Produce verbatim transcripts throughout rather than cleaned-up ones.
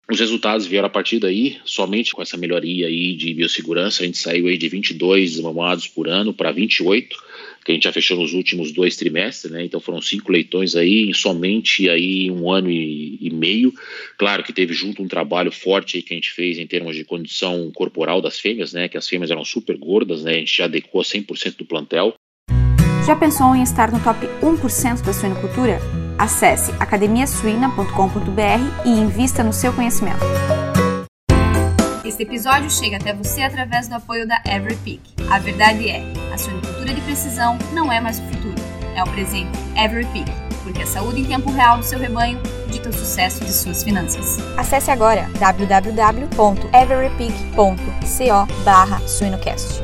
Os resultados vieram a partir daí, somente com essa melhoria aí de biossegurança, a gente saiu aí de vinte e dois desmamados por ano para vinte e oito, que a gente já fechou nos últimos dois trimestres, né? Então foram cinco leitões aí em somente aí um ano e, e meio. Claro que teve junto um trabalho forte aí que a gente fez em termos de condição corporal das fêmeas, né? Que as fêmeas eram super gordas, né? A gente já adequou cem por cento do plantel. Já pensou em estar no top um por cento da suinocultura? Acesse academia suina ponto com ponto b r e invista no seu conhecimento. Este episódio chega até você através do apoio da EveryPig. A verdade é, a suinocultura de precisão não é mais o futuro, é o presente. EveryPig, porque a saúde em tempo real do seu rebanho dita o sucesso de suas finanças. Acesse agora w w w ponto everypig ponto co barra suinocast.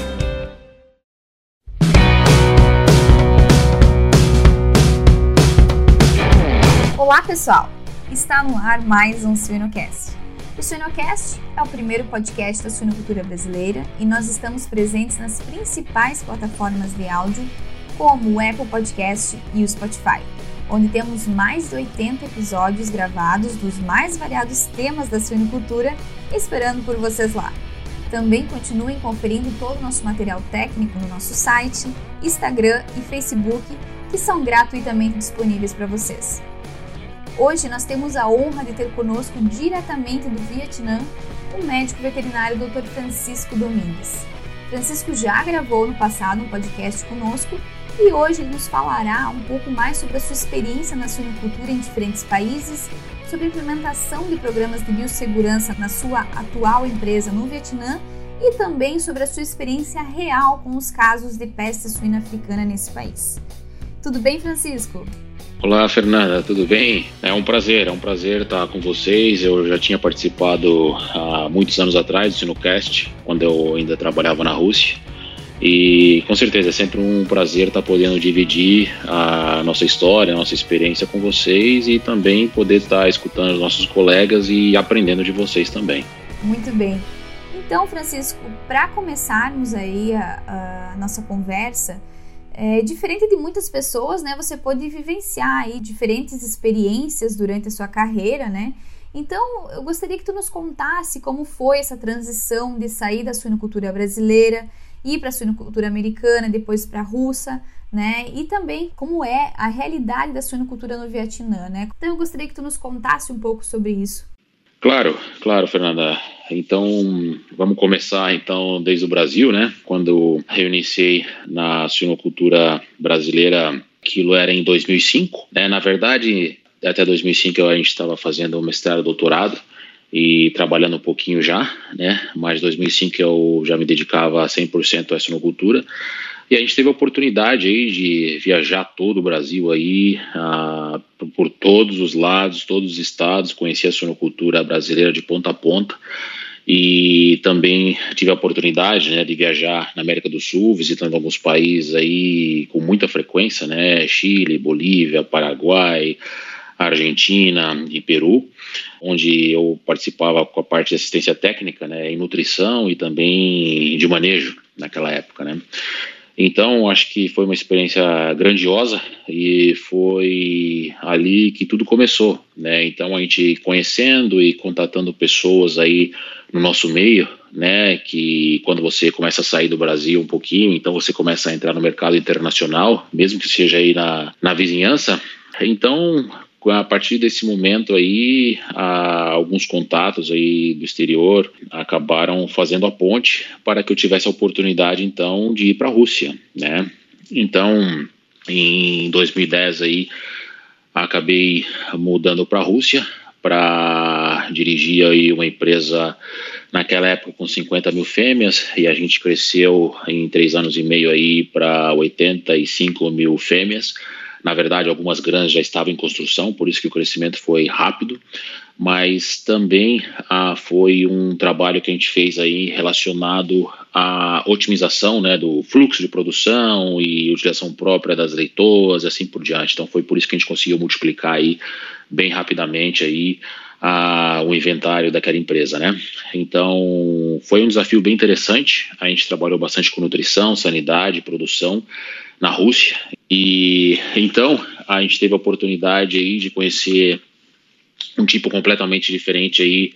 Olá pessoal, está no ar mais um Suinocast. O Suinocast é o primeiro podcast da suinocultura brasileira e nós estamos presentes nas principais plataformas de áudio como o Apple Podcast e o Spotify, onde temos mais de oitenta episódios gravados dos mais variados temas da suinocultura esperando por vocês lá. Também continuem conferindo todo o nosso material técnico no nosso site, Instagram e Facebook, que são gratuitamente disponíveis para vocês. Hoje nós temos a honra de ter conosco diretamente do Vietnã o médico veterinário doutor Francisco Domingues. Francisco já gravou no passado um podcast conosco e hoje ele nos falará um pouco mais sobre a sua experiência na suinocultura em diferentes países, sobre a implementação de programas de biossegurança na sua atual empresa no Vietnã e também sobre a sua experiência real com os casos de peste suína africana nesse país. Tudo bem, Francisco? Olá, Fernanda, tudo bem? É um prazer, é um prazer estar com vocês. Eu já tinha participado há muitos anos atrás do Suinocast, quando eu ainda trabalhava na Rússia. E com certeza é sempre um prazer estar podendo dividir a nossa história, a nossa experiência com vocês e também poder estar escutando os nossos colegas e aprendendo de vocês também. Muito bem. Então, Francisco, para começarmos aí a, a nossa conversa, É, diferente de muitas pessoas, né, você pode vivenciar aí diferentes experiências durante a sua carreira, né? Então, eu gostaria que tu nos contasse como foi essa transição de sair da suinocultura brasileira, ir para a suinocultura americana, depois para a russa, né? E também como é a realidade da suinocultura no Vietnã, né? Então, eu gostaria que tu nos contasse um pouco sobre isso. Claro, claro, Fernanda. Então, vamos começar então desde o Brasil, né? Quando eu iniciei na suinocultura brasileira, aquilo era em dois mil e cinco, né? Na verdade, até dois mil e cinco a gente estava fazendo mestrado, doutorado e trabalhando um pouquinho já, né? Mas em dois mil e cinco eu já me dedicava cem por cento à suinocultura. E a gente teve a oportunidade aí de viajar todo o Brasil aí, ah, por todos os lados, todos os estados, conhecer a suinocultura brasileira de ponta a ponta. E também tive a oportunidade, né, de viajar na América do Sul, visitando alguns países aí com muita frequência, né, Chile, Bolívia, Paraguai, Argentina e Peru, onde eu participava com a parte de assistência técnica, né, em nutrição e também de manejo naquela época, né. Então, acho que foi uma experiência grandiosa e foi ali que tudo começou, né? Então, a gente conhecendo e contatando pessoas aí no nosso meio, né? Que quando você começa a sair do Brasil um pouquinho, então você começa a entrar no mercado internacional, mesmo que seja aí na, na vizinhança. Então, a partir desse momento aí, há alguns contatos aí do exterior acabaram fazendo a ponte para que eu tivesse a oportunidade, então, de ir para a Rússia, né? Então, em dois mil e dez aí, acabei mudando para a Rússia para dirigir aí uma empresa naquela época com cinquenta mil fêmeas e a gente cresceu em três anos e meio aí para oitenta e cinco mil fêmeas. Na verdade, algumas granjas já estavam em construção, por isso que o crescimento foi rápido, mas também ah, foi um trabalho que a gente fez aí relacionado à otimização, né, do fluxo de produção e utilização própria das leitoas e assim por diante. Então foi por isso que a gente conseguiu multiplicar aí bem rapidamente aí a, o inventário daquela empresa, né? Então foi um desafio bem interessante. A gente trabalhou bastante com nutrição, sanidade, produção na Rússia. E então a gente teve a oportunidade aí de conhecer um tipo completamente diferente aí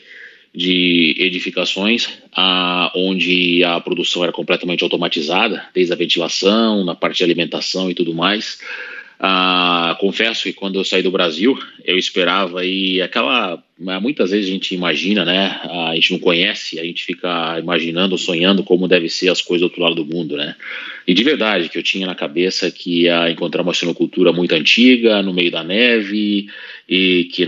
de edificações, ah, onde a produção era completamente automatizada, desde a ventilação, na parte de alimentação e tudo mais. Ah, confesso que quando eu saí do Brasil, eu esperava aí aquela... Muitas vezes a gente imagina, né? A gente não conhece, a gente fica imaginando, sonhando como deve ser as coisas do outro lado do mundo, né? E de verdade, que eu tinha na cabeça que ia encontrar uma sinocultura muito antiga, no meio da neve, e que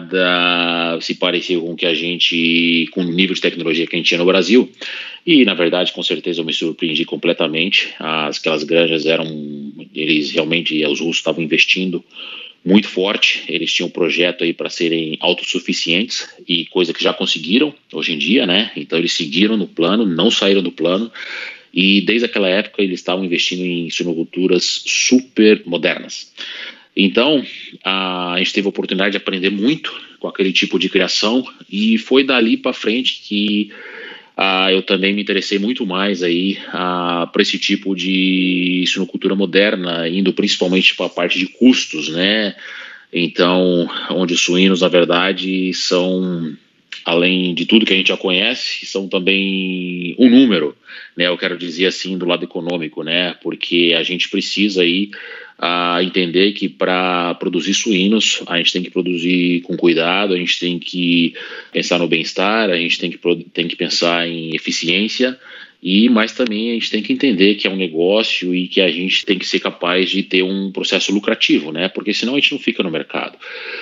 nada se parecia com o que a gente, com o nível de tecnologia que a gente tinha no Brasil. E, na verdade, com certeza eu me surpreendi completamente. As, aquelas granjas eram, eles realmente, os russos estavam investindo muito forte, eles tinham um projeto aí para serem autossuficientes, e coisa que já conseguiram hoje em dia, né? Então eles seguiram no plano, não saíram do plano, e desde aquela época eles estavam investindo em sinoculturas super modernas. Então, a gente teve a oportunidade de aprender muito com aquele tipo de criação, e foi dali para frente que ah, eu também me interessei muito mais aí ah, para esse tipo de sinocultura moderna, indo principalmente para a parte de custos, né? Então, onde os suínos, na verdade, são, além de tudo que a gente já conhece, são também um número, né? Eu quero dizer assim, do lado econômico, né? Porque a gente precisa aí a entender que para produzir suínos a gente tem que produzir com cuidado, a gente tem que pensar no bem-estar, a gente tem que, tem que pensar em eficiência, e mas também a gente tem que entender que é um negócio e que a gente tem que ser capaz de ter um processo lucrativo, né? Porque senão a gente não fica no mercado.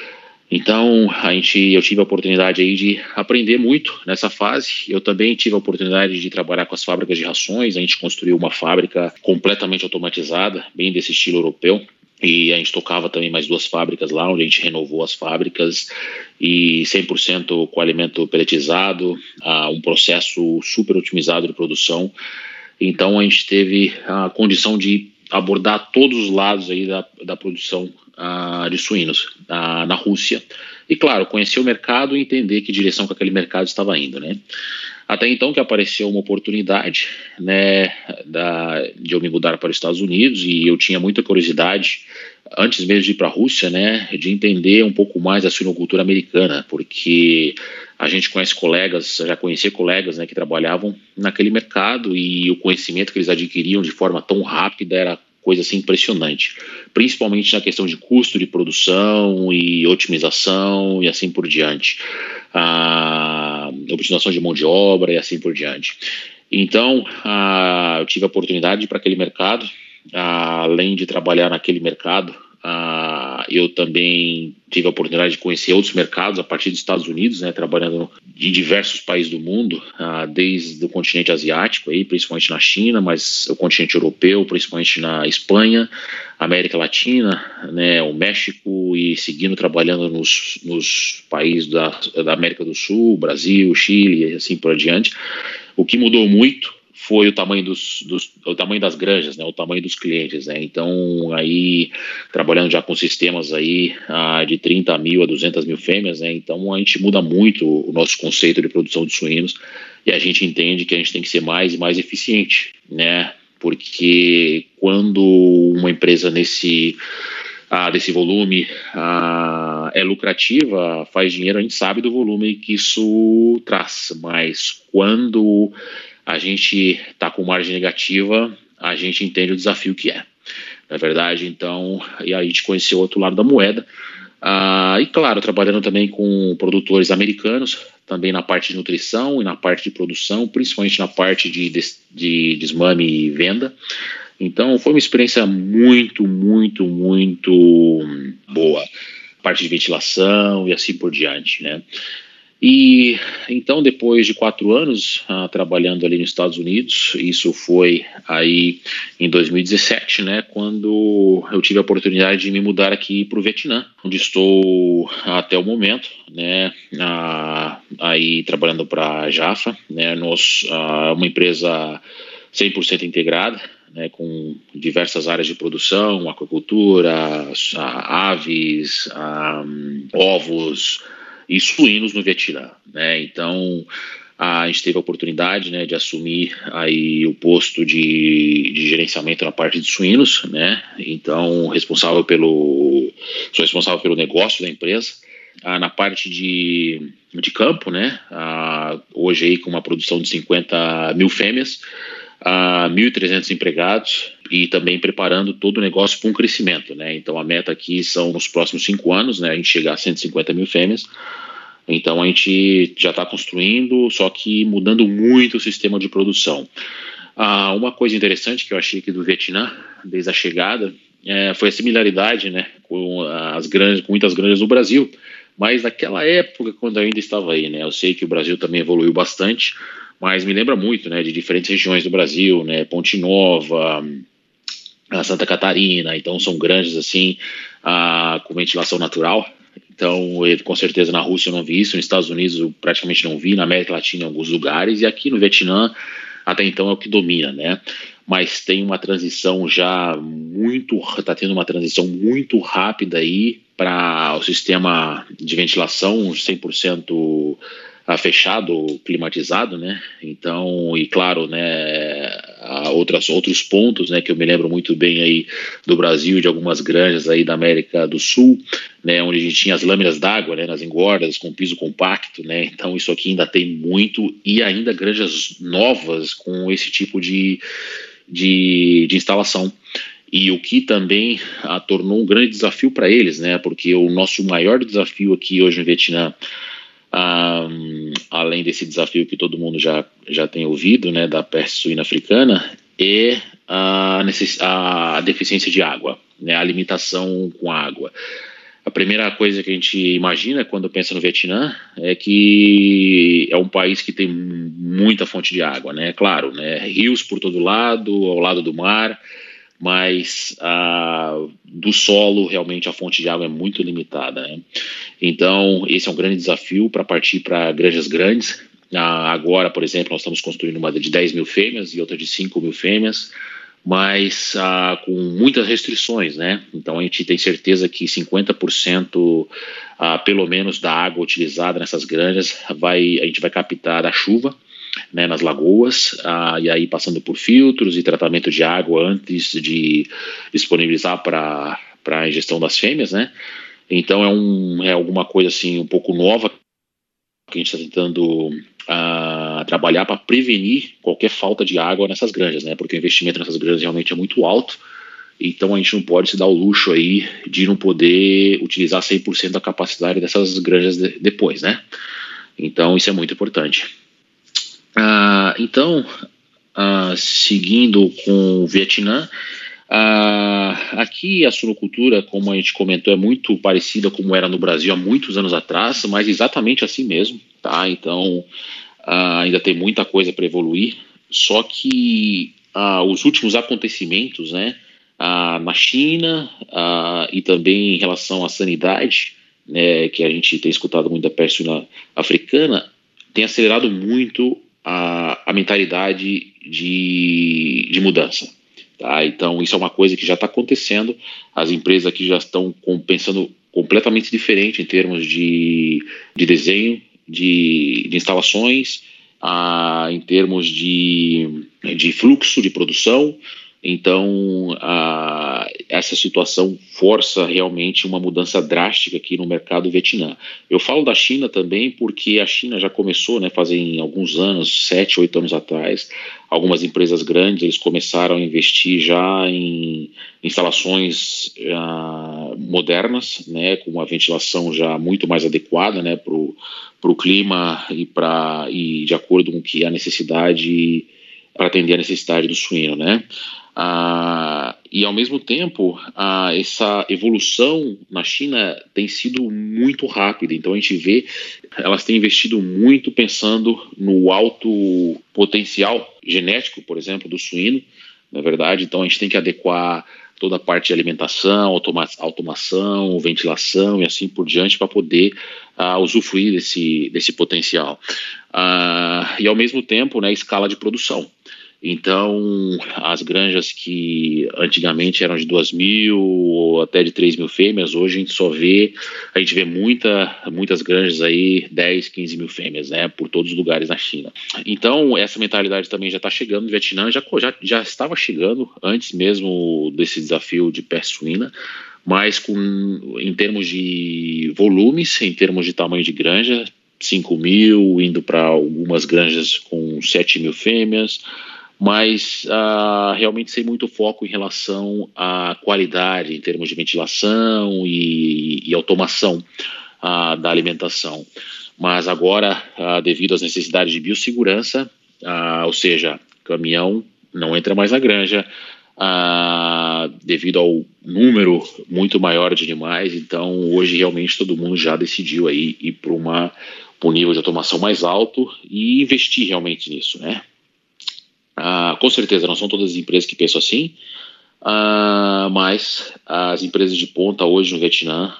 Então, a gente, eu tive a oportunidade aí de aprender muito nessa fase. Eu também tive a oportunidade de trabalhar com as fábricas de rações. A gente construiu uma fábrica completamente automatizada, bem desse estilo europeu. E a gente tocava também mais duas fábricas lá, onde a gente renovou as fábricas, e cem por cento com alimento peletizado, uh, um processo super otimizado de produção. Então, a gente teve a condição de abordar todos os lados aí da, da produção Uh, de suínos uh, na Rússia, e claro, conhecer o mercado e entender que direção que aquele mercado estava indo, né? Até então que apareceu uma oportunidade, né, da, de eu me mudar para os Estados Unidos, e eu tinha muita curiosidade, antes mesmo de ir para a Rússia, né, de entender um pouco mais da suinocultura americana, porque a gente conhece colegas, já conhecia colegas, né, que trabalhavam naquele mercado, e o conhecimento que eles adquiriam de forma tão rápida era coisa assim impressionante, principalmente na questão de custo de produção e otimização e assim por diante, a otimização de mão de obra e assim por diante. Então, a, eu tive a oportunidade de ir para aquele mercado, a, além de trabalhar naquele mercado, a, eu também tive a oportunidade de conhecer outros mercados a partir dos Estados Unidos, né, trabalhando em diversos países do mundo, uh, desde o continente asiático, aí, principalmente na China, mas o continente europeu, principalmente na Espanha, América Latina, né, o México, e seguindo trabalhando nos, nos países da, da América do Sul, Brasil, Chile e assim por diante. O que mudou muito foi o tamanho dos, dos o tamanho das granjas, né, o tamanho dos clientes, né. Então aí trabalhando já com sistemas aí ah, de trinta mil a duzentas mil fêmeas, né. Então a gente muda muito o nosso conceito de produção de suínos, e a gente entende que a gente tem que ser mais e mais eficiente, né, porque quando uma empresa nesse ah, desse volume ah, é lucrativa, faz dinheiro, a gente sabe do volume que isso traz, mas quando a gente está com margem negativa, a gente entende o desafio que é. Na verdade, então, e aí a gente conheceu o outro lado da moeda. Ah, e claro, trabalhando também com produtores americanos, também na parte de nutrição e na parte de produção, principalmente na parte de, de, de desmame e venda. Então, foi uma experiência muito, muito, muito boa. Parte de ventilação e assim por diante, né? E então, depois de quatro anos ah, trabalhando ali nos Estados Unidos, isso foi aí em dois mil e dezessete, né, quando eu tive a oportunidade de me mudar aqui para o Vietnã, onde estou até o momento, né, ah, aí trabalhando para a Jafra, né, nós, ah, uma empresa cem por cento integrada, né, com diversas áreas de produção, aquacultura, ah, aves, ah, ovos e suínos no Vietnã, né? Então a gente teve a oportunidade, né, de assumir aí o posto de, de gerenciamento na parte de suínos, né? Então responsável pelo sou responsável pelo negócio da empresa, ah, na parte de, de campo, né? Ah, hoje aí com uma produção de cinquenta mil fêmeas, ah, mil e trezentos empregados e também preparando todo o negócio para um crescimento, né? Então a meta aqui são nos próximos cinco anos, né? A gente chegar a cento e cinquenta mil fêmeas. Então a gente já está construindo, só que mudando muito o sistema de produção. Ah, uma coisa interessante que eu achei aqui do Vietnã, desde a chegada, é, foi a similaridade, né, com, as granjas, com muitas granjas do Brasil, mas naquela época, quando eu ainda estava aí, né, eu sei que o Brasil também evoluiu bastante, mas me lembra muito, né, de diferentes regiões do Brasil, né, Ponte Nova, a Santa Catarina. Então são granjas assim, ah, com ventilação natural. Então, eu, com certeza na Rússia eu não vi isso, nos Estados Unidos eu praticamente não vi, na América Latina em alguns lugares, e aqui no Vietnã até então é o que domina, né? Mas tem uma transição já muito, está tendo uma transição muito rápida aí para o sistema de ventilação cem por cento fechado, climatizado, né? Então, e claro, né, há outras, outros pontos, né, que eu me lembro muito bem aí do Brasil, de algumas granjas aí da América do Sul, né, onde a gente tinha as lâminas d'água, né, nas engordas, com piso compacto, né? Então isso aqui ainda tem muito, e ainda granjas novas com esse tipo de, de, de instalação. E o que também a tornou um grande desafio para eles, né? Porque o nosso maior desafio aqui hoje no Vietnã, Um, além desse desafio que todo mundo já, já tem ouvido, né, da peste suína africana, é a, necess, a deficiência de água, né, a limitação com água. A primeira coisa que a gente imagina quando pensa no Vietnã é que é um país que tem muita fonte de água, né, claro, né, rios por todo lado, ao lado do mar, mas ah, do solo realmente a fonte de água é muito limitada, né? Então esse é um grande desafio para partir para granjas grandes. Ah, agora, por exemplo, nós estamos construindo uma de dez mil fêmeas e outra de cinco mil fêmeas, mas ah, com muitas restrições, né? Então a gente tem certeza que cinquenta por cento ah, pelo menos da água utilizada nessas granjas vai, a gente vai captar da chuva, né, nas lagoas, ah, e aí passando por filtros e tratamento de água antes de disponibilizar para a ingestão das fêmeas, né? Então é, um, é alguma coisa assim um pouco nova que a gente está tentando ah, trabalhar para prevenir qualquer falta de água nessas granjas, né? Porque o investimento nessas granjas realmente é muito alto, então a gente não pode se dar o luxo aí de não poder utilizar cem por cento da capacidade dessas granjas de, depois, né? Então isso é muito importante. Ah, então, ah, seguindo com o Vietnã, ah, aqui a suinocultura, como a gente comentou, é muito parecida como era no Brasil há muitos anos atrás, mas exatamente assim mesmo, tá? Então, ah, ainda tem muita coisa para evoluir, só que ah, os últimos acontecimentos, né, ah, na China ah, e também em relação à sanidade, né, que a gente tem escutado muito da peste suína africana, tem acelerado muito A, a mentalidade de, de mudança, tá? Então isso é uma coisa que já está acontecendo. As empresas aqui já estão com, pensando completamente diferente em termos de, de desenho, de, de instalações, ah, em termos de, de fluxo de produção. Então a, essa situação força realmente uma mudança drástica aqui no mercado Vietnã. Eu falo da China também porque a China já começou, né, fazem alguns anos, sete, oito anos atrás, algumas empresas grandes, eles começaram a investir já em instalações uh, modernas, né, com uma ventilação já muito mais adequada, né, para o clima e, pra, e de acordo com que a necessidade, para atender a necessidade do suíno, né. Ah, e ao mesmo tempo ah, essa evolução na China tem sido muito rápida, então a gente vê elas têm investido muito pensando no alto potencial genético, por exemplo, do suíno, na verdade. Então a gente tem que adequar toda a parte de alimentação, automa automação, ventilação e assim por diante para poder ah, usufruir desse, desse potencial, ah, e ao mesmo tempo, né, escala de produção. Então, as granjas que antigamente eram de duas mil ou até de três mil fêmeas, hoje a gente só vê, a gente vê muita, muitas granjas aí, dez, quinze mil fêmeas, né, por todos os lugares na China. Então, essa mentalidade também já está chegando no Vietnã, já, já, já estava chegando antes mesmo desse desafio de peste suína, mas com, em termos de volumes, em termos de tamanho de granja, cinco mil, indo para algumas granjas com sete mil fêmeas, mas uh, realmente sem muito foco em relação à qualidade, em termos de ventilação e, e automação uh, da alimentação. Mas agora, uh, devido às necessidades de biossegurança, uh, ou seja, caminhão não entra mais na granja, uh, devido ao número muito maior de animais, então hoje realmente todo mundo já decidiu aí ir para uma um nível de automação mais alto e investir realmente nisso, né? Ah, com certeza não são todas as empresas que pensam assim, ah, mas as empresas de ponta hoje no Vietnã,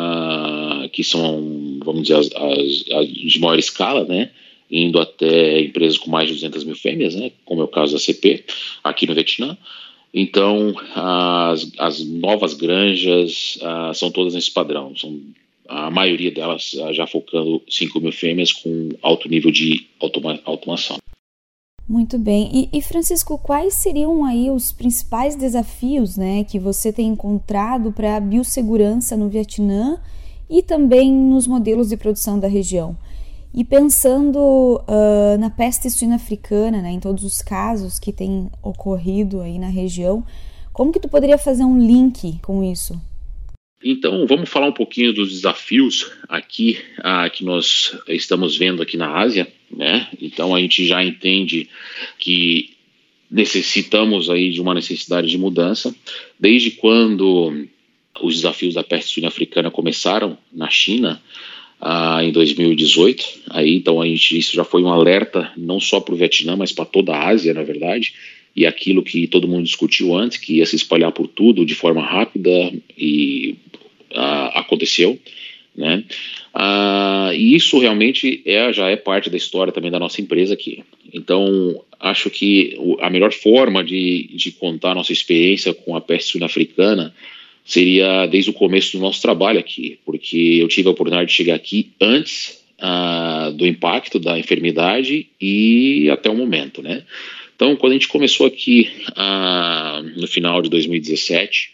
ah, que são, vamos dizer, as, as, as de maior escala, né? Indo até empresas com mais de duzentas mil fêmeas, né? Como é o caso da C P, aqui no Vietnã. Então, as, as novas granjas ah, são todas nesse padrão, são a maioria delas já focando cinco mil fêmeas com alto nível de automa- automação. Muito bem. E, e Francisco, quais seriam aí os principais desafios, né, que você tem encontrado para a biossegurança no Vietnã e também nos modelos de produção da região? E pensando uh, na peste suína africana, né, em todos os casos que têm ocorrido aí na região, como que tu poderia fazer um link com isso? Então, vamos falar um pouquinho dos desafios aqui ah, que nós estamos vendo aqui na Ásia, né? Então, a gente já entende que necessitamos aí de uma necessidade de mudança. Desde quando os desafios da peste suína africana começaram na China, ah, em dois mil e dezoito, aí, então a gente, isso já foi um alerta não só para o Vietnã, mas para toda a Ásia, na verdade, e aquilo que todo mundo discutiu antes, que ia se espalhar por tudo de forma rápida, e uh, aconteceu, né? Uh, e isso realmente é, já é parte da história também da nossa empresa aqui. Então, acho que a melhor forma de, de contar a nossa experiência com a peste suína africana seria desde o começo do nosso trabalho aqui, porque eu tive a oportunidade de chegar aqui antes uh, do impacto da enfermidade e até o momento, né? Então, quando a gente começou aqui ah, no final de dois mil e dezessete,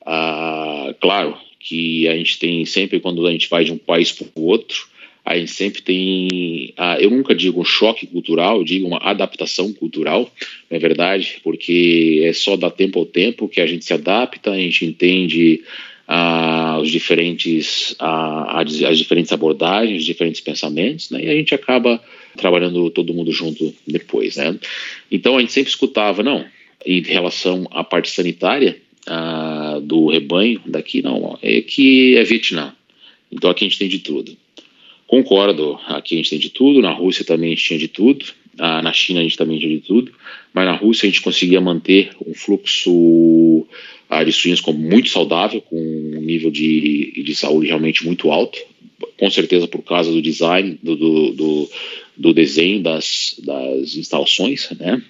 ah, claro que a gente tem sempre, quando a gente vai de um país para o outro, a gente sempre tem, ah, eu nunca digo um choque cultural, eu digo uma adaptação cultural, não é verdade? Porque é só dar tempo ao tempo que a gente se adapta, a gente entende ah, os diferentes, ah, as, as diferentes abordagens, os diferentes pensamentos, né? E a gente acaba trabalhando todo mundo junto depois, né? Então a gente sempre escutava, não, em relação à parte sanitária ah, do rebanho daqui, não, é que é Vietnã, então aqui a gente tem de tudo. Concordo, aqui a gente tem de tudo, na Rússia também a gente tinha de tudo, ah, na China a gente também tinha de tudo, mas na Rússia a gente conseguia manter um fluxo ah, de suínos como muito saudável, com um nível de, de saúde realmente muito alto, com certeza por causa do design, do, do, do, do desenho das, das instalações, né?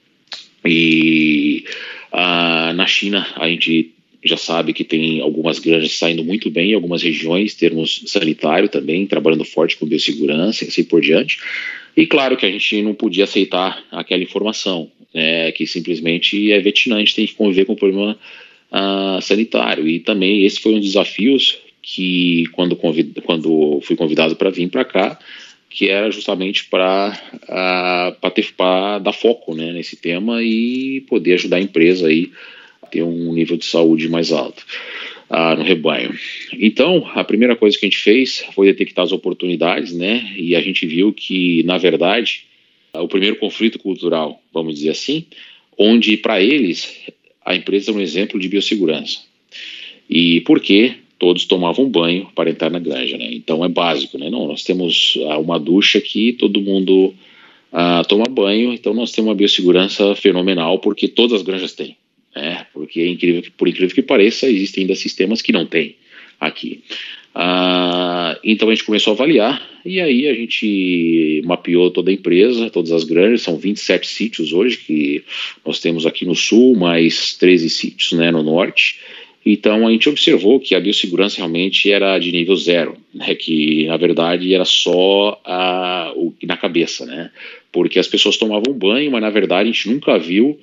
E ah, na China a gente já sabe que tem algumas granjas saindo muito bem em algumas regiões, termos sanitário também, trabalhando forte com biossegurança e assim por diante. E claro que a gente não podia aceitar aquela informação, né, que simplesmente é Vietnã, a gente tem que conviver com o problema ah, sanitário. E também esse foi um dos desafios que quando, convid, quando fui convidado para vir para cá, que era justamente para uh, dar foco, né, nesse tema e poder ajudar a empresa aí a ter um nível de saúde mais alto uh, no rebanho. Então, a primeira coisa que a gente fez foi detectar as oportunidades, né, e a gente viu que, na verdade, uh, o primeiro conflito cultural, vamos dizer assim, onde para eles a empresa é um exemplo de biossegurança. E por quê? Todos tomavam banho para entrar na granja, né? Então é básico, né? Não, nós temos uh, uma ducha aqui, todo mundo uh, toma banho, então nós temos uma biossegurança fenomenal, porque todas as granjas têm, né? Porque, é incrível, por incrível que pareça, existem ainda sistemas que não têm aqui. Uh, então a gente começou a avaliar, e aí a gente mapeou toda a empresa, todas as granjas, são vinte e sete sítios hoje, que nós temos aqui no sul, mais treze sítios, né, no norte. Então a gente observou que a biossegurança realmente era de nível zero, né, que na verdade era só a, o, na cabeça, né, porque as pessoas tomavam banho, mas na verdade a gente nunca viu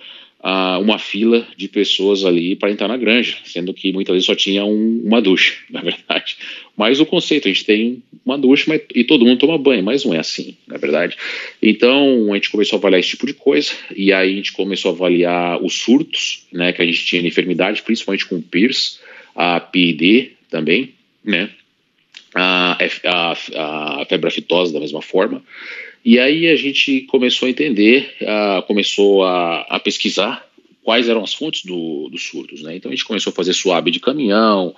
uh, uma fila de pessoas ali para entrar na granja, sendo que muitas vezes só tinha um, uma ducha, na verdade. Mas o conceito, a gente tem uma ducha mas, e todo mundo toma banho, mas não é assim, na verdade. Então a gente começou a avaliar esse tipo de coisa, e aí a gente começou a avaliar os surtos, né, que a gente tinha de enfermidade, principalmente com o Pierce, a P I D também, né, a, a, a febre aftosa da mesma forma. E aí a gente começou a entender, uh, começou a, a pesquisar quais eram as fontes do, dos surtos, né? Então a gente começou a fazer suave de caminhão,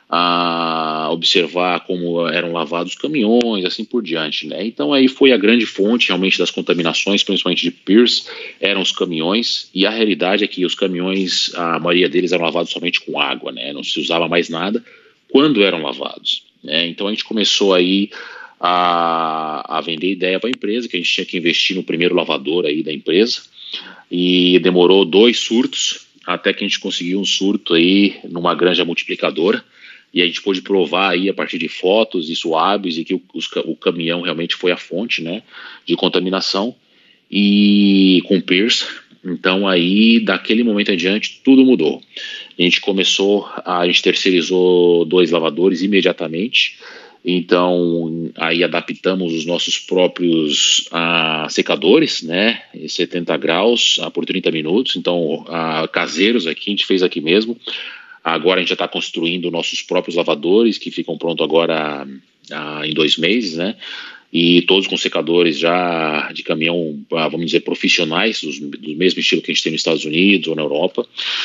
a observar como eram lavados os caminhões, assim por diante, né? Então aí foi a grande fonte realmente das contaminações, principalmente de Pierce, eram os caminhões, e a realidade é que os caminhões, a maioria deles eram lavados somente com água, né? Não se usava mais nada quando eram lavados, né? Então a gente começou aí A, a vender ideia para a empresa, que a gente tinha que investir no primeiro lavador aí da empresa, e demorou dois surtos até que a gente conseguiu um surto aí numa granja multiplicadora, e a gente pôde provar aí a partir de fotos e suaves e que o, os, o caminhão realmente foi a fonte, né, de contaminação, e com Pierce. Então aí daquele momento em diante tudo mudou. A gente começou, a, a gente terceirizou dois lavadores imediatamente. Então, aí adaptamos os nossos próprios ah, secadores, né, setenta graus ah, por trinta minutos, então ah, caseiros aqui, a gente fez aqui mesmo. Agora a gente já está construindo nossos próprios lavadores, que ficam prontos agora ah, em dois meses, né, e todos com secadores já de caminhão, ah, vamos dizer, profissionais, dos, do mesmo estilo que a gente tem nos Estados Unidos ou na Europa.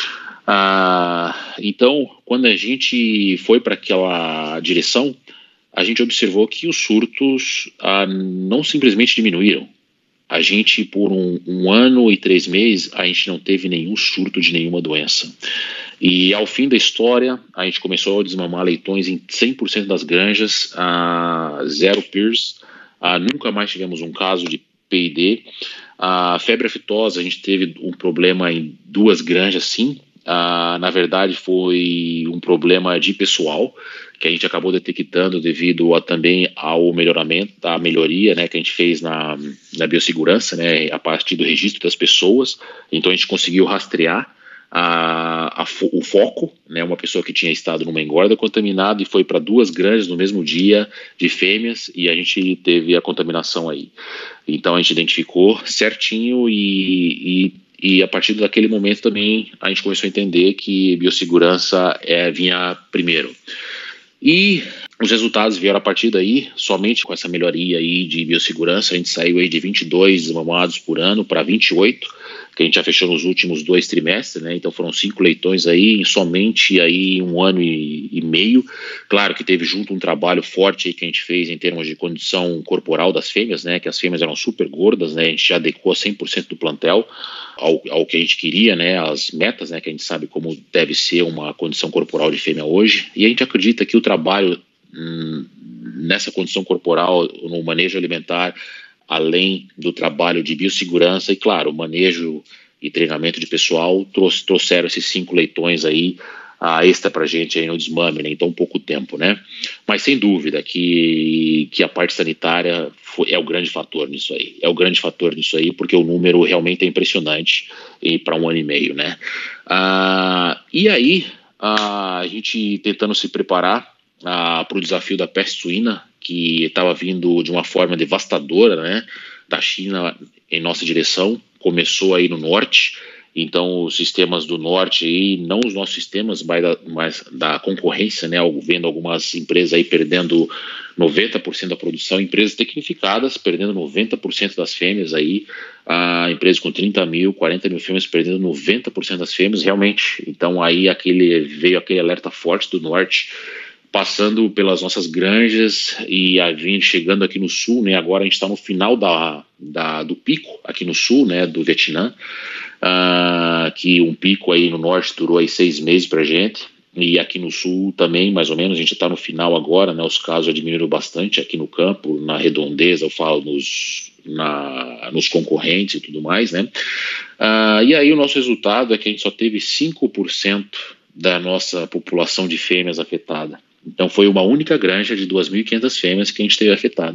Ah, então, quando a gente foi para aquela direção, a gente observou que os surtos ah, não simplesmente diminuíram. A gente, por um, um ano e três meses, a gente não teve nenhum surto de nenhuma doença. E ao fim da história, a gente começou a desmamar leitões em cem por cento das granjas, ah, zero Pierce, ah, nunca mais tivemos um caso de P I D. A febre aftosa, a gente teve um problema em duas granjas, sim. Ah, na verdade, foi um problema de pessoal, que a gente acabou detectando devido a, também ao melhoramento, a melhoria, né, que a gente fez na, na biossegurança, né, a partir do registro das pessoas. Então a gente conseguiu rastrear a, a, o foco, né, uma pessoa que tinha estado numa engorda contaminada e foi para duas granjas no mesmo dia de fêmeas, e a gente teve a contaminação aí. Então a gente identificou certinho e, e E a partir daquele momento também a gente começou a entender que biossegurança é, vinha primeiro. E os resultados vieram a partir daí, somente com essa melhoria aí de biossegurança, a gente saiu aí de vinte e dois desmamados por ano para vinte e oito, que a gente já fechou nos últimos dois trimestres, né? Então foram cinco leitões aí em somente aí um ano e, e meio. Claro que teve junto um trabalho forte aí que a gente fez em termos de condição corporal das fêmeas, né? Que as fêmeas eram super gordas, né? A gente já adequou cem por cento do plantel ao, ao que a gente queria, né? As metas, né? Que a gente sabe como deve ser uma condição corporal de fêmea hoje. E a gente acredita que o trabalho hum, nessa condição corporal, no manejo alimentar, além do trabalho de biossegurança e, claro, o manejo e treinamento de pessoal, trouxe, trouxeram esses cinco leitões aí, a extra pra gente aí no desmame, né, em tão pouco tempo, né? Mas sem dúvida que, que a parte sanitária foi, é o grande fator nisso aí, é o grande fator nisso aí, porque o número realmente é impressionante para um ano e meio, né? Ah, e aí, ah, a gente tentando se preparar ah, para o desafio da peste suína, que estava vindo de uma forma devastadora, né, da China em nossa direção, começou aí no norte. Então os sistemas do norte aí, não os nossos sistemas, mas da, mas da concorrência, né, vendo algumas empresas aí perdendo noventa por cento da produção, empresas tecnificadas perdendo noventa por cento das fêmeas aí, a empresas com trinta mil, quarenta mil fêmeas perdendo noventa por cento das fêmeas, realmente. Então aí aquele, veio aquele alerta forte do norte, passando pelas nossas granjas e a vindo chegando aqui no sul, né? Agora a gente está no final da, da, do pico aqui no sul, né? Do Vietnã, uh, que um pico aí no norte durou aí seis meses para a gente, e aqui no sul também, mais ou menos, a gente está no final agora, né? Os casos já diminuíram bastante aqui no campo, na redondeza, eu falo nos, na, nos concorrentes e tudo mais, né? Uh, e aí o nosso resultado é que a gente só teve cinco por cento da nossa população de fêmeas afetada. Então foi uma única granja de duas mil e quinhentas fêmeas que a gente teve afetada.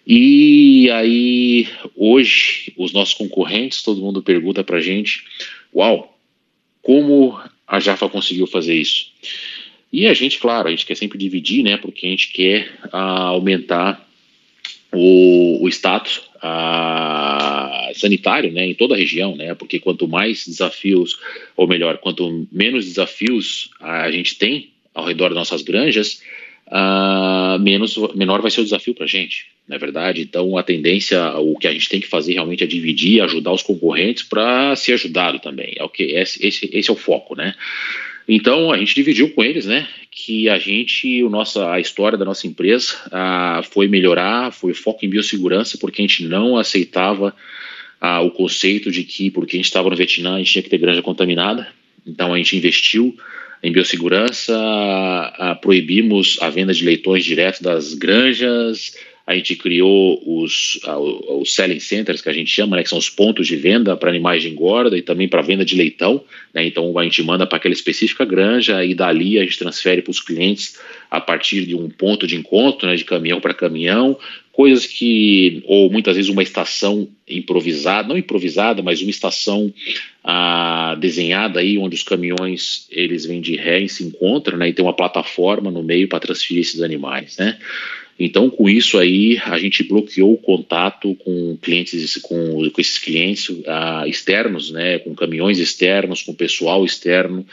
E aí hoje os nossos concorrentes, todo mundo pergunta pra gente uau, como a Jafra conseguiu fazer isso? E a gente, claro, a gente quer sempre dividir, né, porque a gente quer ah, aumentar o, o status ah, sanitário, né, em toda a região, né, porque quanto mais desafios, ou melhor, quanto menos desafios a gente tem ao redor das nossas granjas, ah, menos, menor vai ser o desafio para a gente, não é verdade? Então a tendência, o que a gente tem que fazer realmente é dividir, ajudar os concorrentes para ser ajudado também, é o que, esse, esse, esse é o foco, né? Então a gente dividiu com eles, né, que a gente, o nossa, a história da nossa empresa ah, foi melhorar, foi foco em biossegurança, porque a gente não aceitava ah, o conceito de que porque a gente estava no Vietnã a gente tinha que ter granja contaminada. Então a gente investiu em biossegurança, ah, proibimos a venda de leitões direto das granjas. A gente criou os, uh, os selling centers, que a gente chama, né, que são os pontos de venda para animais de engorda e também para venda de leitão, né? Então a gente manda para aquela específica granja e dali a gente transfere para os clientes a partir de um ponto de encontro, né, de caminhão para caminhão, coisas que, ou muitas vezes uma estação improvisada, não improvisada, mas uma estação uh, desenhada aí, onde os caminhões eles vêm de ré e se encontram, né, e tem uma plataforma no meio para transferir esses animais, né? Então, com isso aí, a gente bloqueou o contato com clientes, com, com esses clientes uh, externos, né, com caminhões externos, com pessoal externo,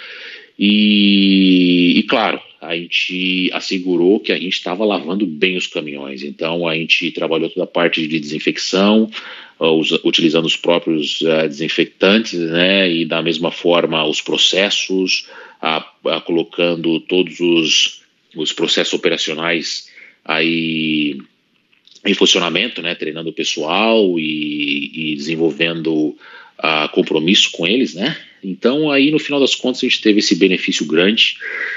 e, e claro, a gente assegurou que a gente estava lavando bem os caminhões. Então, a gente trabalhou toda a parte de desinfecção, uh, us, utilizando os próprios uh, desinfectantes, né, e da mesma forma os processos, uh, uh, colocando todos os, os processos operacionais aí em funcionamento, né, treinando o pessoal e, e desenvolvendo uh, compromisso com eles, né. Então aí no final das contas a gente teve esse benefício grande,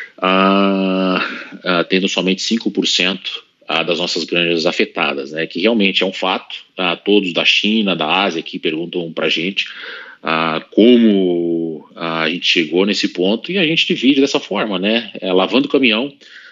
uh, uh, tendo somente cinco por cento uh, das nossas granjas afetadas, né, que realmente é um fato. Uh, todos da China, da Ásia aqui perguntam pra gente uh, como uh, a gente chegou nesse ponto, e a gente divide dessa forma, né, é, lavando o caminhão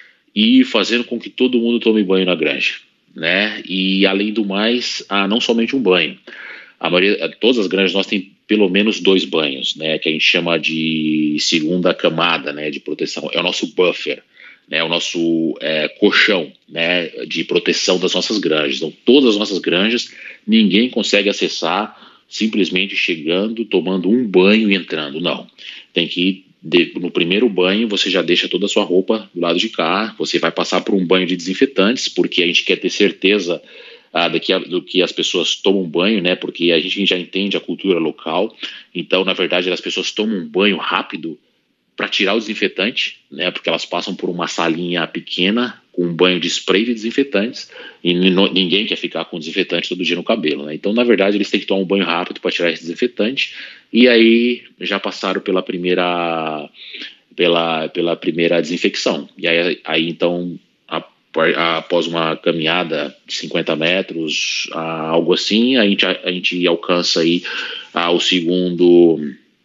e fazendo com que todo mundo tome banho na granja, né? E além do mais, ah, não somente um banho. A maioria, todas as granjas nós tem pelo menos dois banhos, né? Que a gente chama de segunda camada, né? De proteção. É o nosso buffer, né? O nosso é, colchão, né? De proteção das nossas granjas. Então, todas as nossas granjas, ninguém consegue acessar simplesmente chegando, tomando um banho e entrando. Não, tem que ir. De, no primeiro banho você já deixa toda a sua roupa do lado de cá, você vai passar por um banho de desinfetantes, porque a gente quer ter certeza ah, do, que a, do que as pessoas tomam banho, né, porque a gente já entende a cultura local. Então na verdade as pessoas tomam um banho rápido para tirar o desinfetante, né, porque elas passam por uma salinha pequena com um banho de spray de desinfetantes e ninguém quer ficar com desinfetante todo dia no cabelo, né? Então na verdade eles têm que tomar um banho rápido para tirar esse desinfetante, e aí já passaram pela primeira pela, pela primeira desinfecção, e aí, aí então a, a, após uma caminhada de cinquenta metros, a, algo assim, a gente, a, a gente alcança aí a, o segundo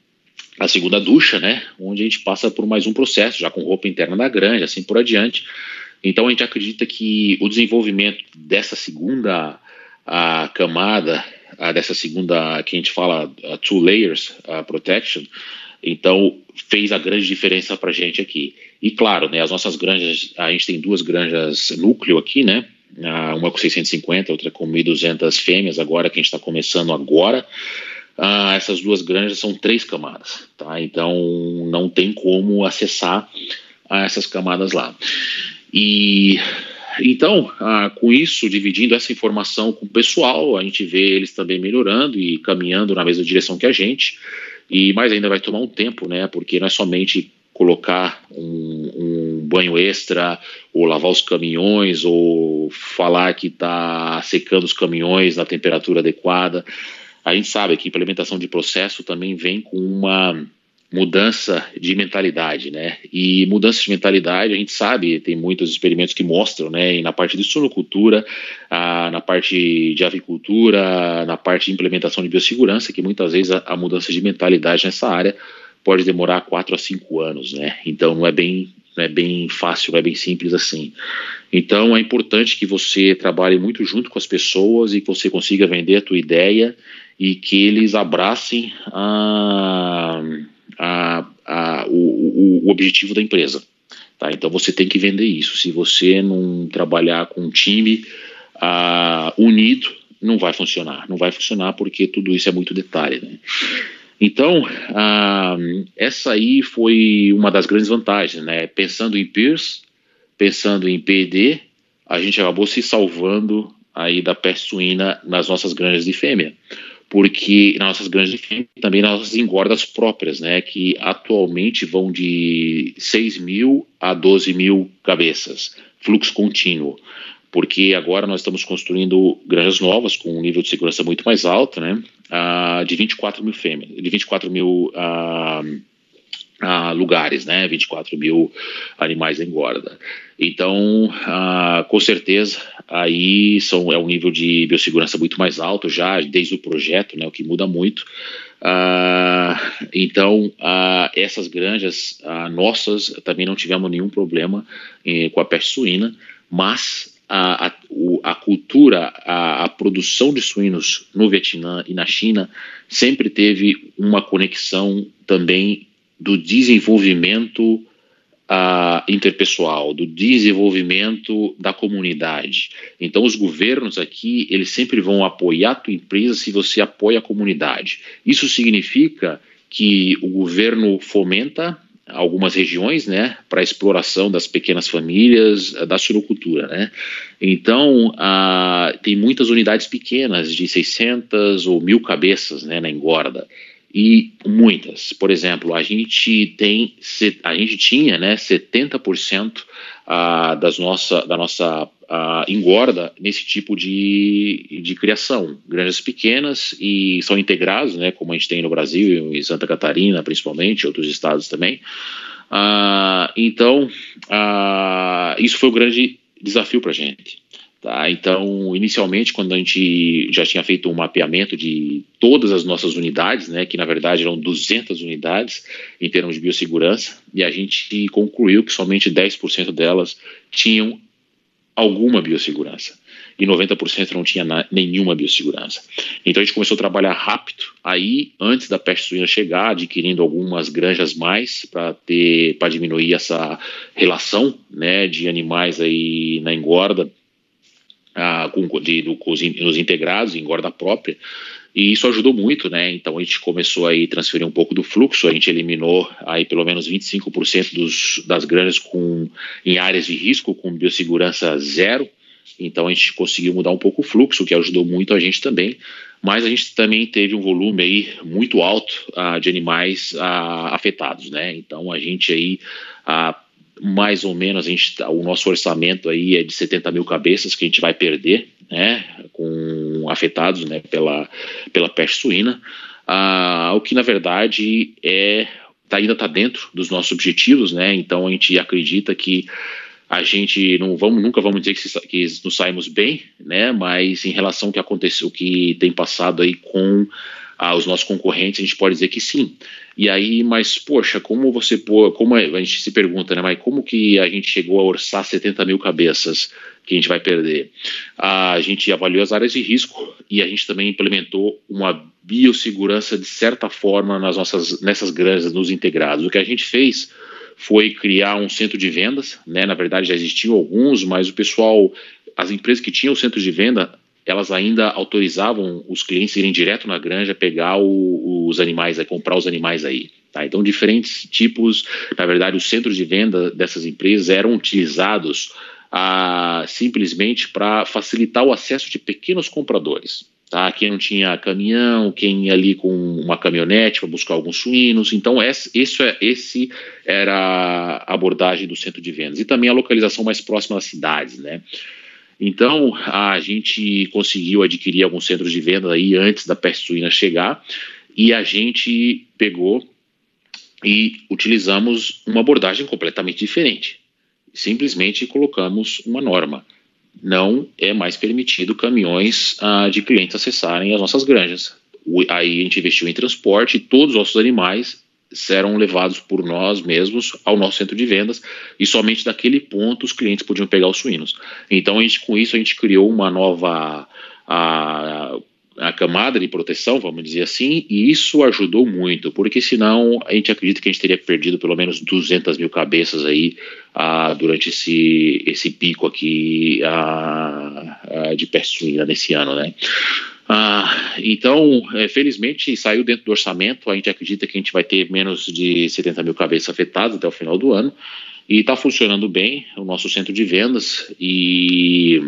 a segunda ducha, né, onde a gente passa por mais um processo, já com roupa interna da granja, assim por adiante. Então a gente acredita que o desenvolvimento dessa segunda a, camada, a, dessa segunda, que a gente fala a, two layers a protection, então fez a grande diferença para a gente aqui. E claro, né, as nossas granjas, a gente tem duas granjas núcleo aqui, né, uma com seiscentos e cinquenta, outra com mil e duzentas fêmeas agora, que a gente está começando agora. Ah, essas duas granjas são três camadas, tá? Então não tem como acessar ah, essas camadas lá. E então, ah, com isso, dividindo essa informação com o pessoal, a gente vê eles também melhorando e caminhando na mesma direção que a gente. E mais ainda vai tomar um tempo, né? Porque não é somente colocar um, um banho extra, ou lavar os caminhões, ou falar que está secando os caminhões na temperatura adequada. A gente sabe que a implementação de processo também vem com uma mudança de mentalidade, né? E mudança de mentalidade, a gente sabe, tem muitos experimentos que mostram, né? E na parte de suinocultura, ah, na parte de avicultura, na parte de implementação de biossegurança, que muitas vezes a, a mudança de mentalidade nessa área pode demorar quatro a cinco anos, né? Então não é bem, não é bem fácil, não é bem simples assim. Então é importante que você trabalhe muito junto com as pessoas e que você consiga vender a tua ideia e que eles abracem a, a, a, o, o objetivo da empresa. Tá? Então você tem que vender isso. Se você não trabalhar com um time uh, unido, não vai funcionar. Não vai funcionar porque tudo isso é muito detalhe, né? Então, uh, essa aí foi uma das grandes vantagens, né? Pensando em peers, pensando em P e D, a gente acabou se salvando aí da peste suína nas nossas granjas de fêmea. Porque nas nossas granjas de fêmea, também nas nossas engordas próprias, né? Que atualmente vão de seis mil a doze mil cabeças, fluxo contínuo. Porque agora nós estamos construindo granjas novas com um nível de segurança muito mais alto, né? Uh, de vinte e quatro mil fêmeas, de vinte e quatro mil uh, uh, lugares, né? vinte e quatro mil animais em engorda. Então, uh, com certeza, aí são, é um nível de biossegurança muito mais alto já, desde o projeto, né? O que muda muito. Uh, então, uh, essas granjas uh, nossas também não tivemos nenhum problema eh, com a peste suína, mas A, a, a cultura, a, a produção de suínos no Vietnã e na China sempre teve uma conexão também do desenvolvimento uh, interpessoal, do desenvolvimento da comunidade. Então os governos aqui, eles sempre vão apoiar a tua empresa se você apoia a comunidade. Isso significa que o governo fomenta algumas regiões, né, para a exploração das pequenas famílias, da suinocultura, né. Então, ah, tem muitas unidades pequenas, de seiscentas ou mil cabeças, né, na engorda, e muitas. Por exemplo, a gente tem, a gente tinha, né, setenta por cento ah, das nossa, da nossa ah, engorda nesse tipo de, de criação. Granjas pequenas e são integrados, né, como a gente tem no Brasil, em Santa Catarina, principalmente, outros estados também. Ah, então, ah, isso foi um grande desafio para a gente. Tá? Então, inicialmente, quando a gente já tinha feito um mapeamento de todas as nossas unidades, né, que na verdade eram duzentas unidades em termos de biossegurança, e a gente concluiu que somente dez por cento delas tinham alguma biossegurança, e noventa por cento não tinha na, nenhuma biossegurança. Então a gente começou a trabalhar rápido, aí antes da peste suína chegar, adquirindo algumas granjas mais para ter, para diminuir essa relação, né, de animais aí na engorda, ah, com, de, do, com os, os integrados, engorda própria, e isso ajudou muito, né? Então a gente começou aí a transferir um pouco do fluxo, a gente eliminou aí pelo menos vinte e cinco por cento dos, das granjas com, em áreas de risco com biossegurança zero. Então a gente conseguiu mudar um pouco o fluxo, que ajudou muito a gente também, mas a gente também teve um volume aí muito alto uh, de animais uh, afetados, né? Então a gente aí, uh, mais ou menos, a gente, o nosso orçamento aí é de setenta mil cabeças que a gente vai perder, né? Com afetados, né? Pela, pela peste suína, uh, o que na verdade é, tá, ainda está dentro dos nossos objetivos, né? Então a gente acredita que a gente não vamos, nunca vamos dizer que, que nos saímos bem, né? Mas em relação ao que aconteceu, o que tem passado aí com ah, os nossos concorrentes, a gente pode dizer que sim. E aí, mas poxa, como você pô, como a gente se pergunta, né? Mas como que a gente chegou a orçar setenta mil cabeças que a gente vai perder? Ah, a gente avaliou as áreas de risco e a gente também implementou uma biossegurança de certa forma nas nossas nessas granjas, nos integrados. O que a gente fez foi criar um centro de vendas, né? Na verdade já existiam alguns, mas o pessoal, as empresas que tinham centro de venda, elas ainda autorizavam os clientes irem direto na granja, pegar o, os animais, aí, comprar os animais aí. Tá? Então diferentes tipos, na verdade os centros de venda dessas empresas eram utilizados ah, simplesmente para facilitar o acesso de pequenos compradores. Tá? Quem não tinha caminhão, quem ia ali com uma caminhonete para buscar alguns suínos. Então esse, isso é, esse era a abordagem do centro de vendas. E também a localização mais próxima das cidades, né? Então a gente conseguiu adquirir alguns centros de venda aí antes da peste suína chegar, e a gente pegou e utilizamos uma abordagem completamente diferente. Simplesmente colocamos uma norma. Não é mais permitido caminhões ah, de clientes acessarem as nossas granjas. O, aí a gente investiu em transporte e todos os nossos animais eram levados por nós mesmos ao nosso centro de vendas e somente daquele ponto os clientes podiam pegar os suínos. Então, a gente, com isso, a gente criou uma nova a, a camada de proteção, vamos dizer assim, e isso ajudou muito, porque senão a gente acredita que a gente teria perdido pelo menos duzentas mil cabeças aí ah, durante esse, esse pico aqui ah, ah, de peste suína nesse ano, né? Ah, então, é, felizmente saiu dentro do orçamento. A gente acredita que a gente vai ter menos de setenta mil cabeças afetadas até o final do ano e está funcionando bem o nosso centro de vendas e,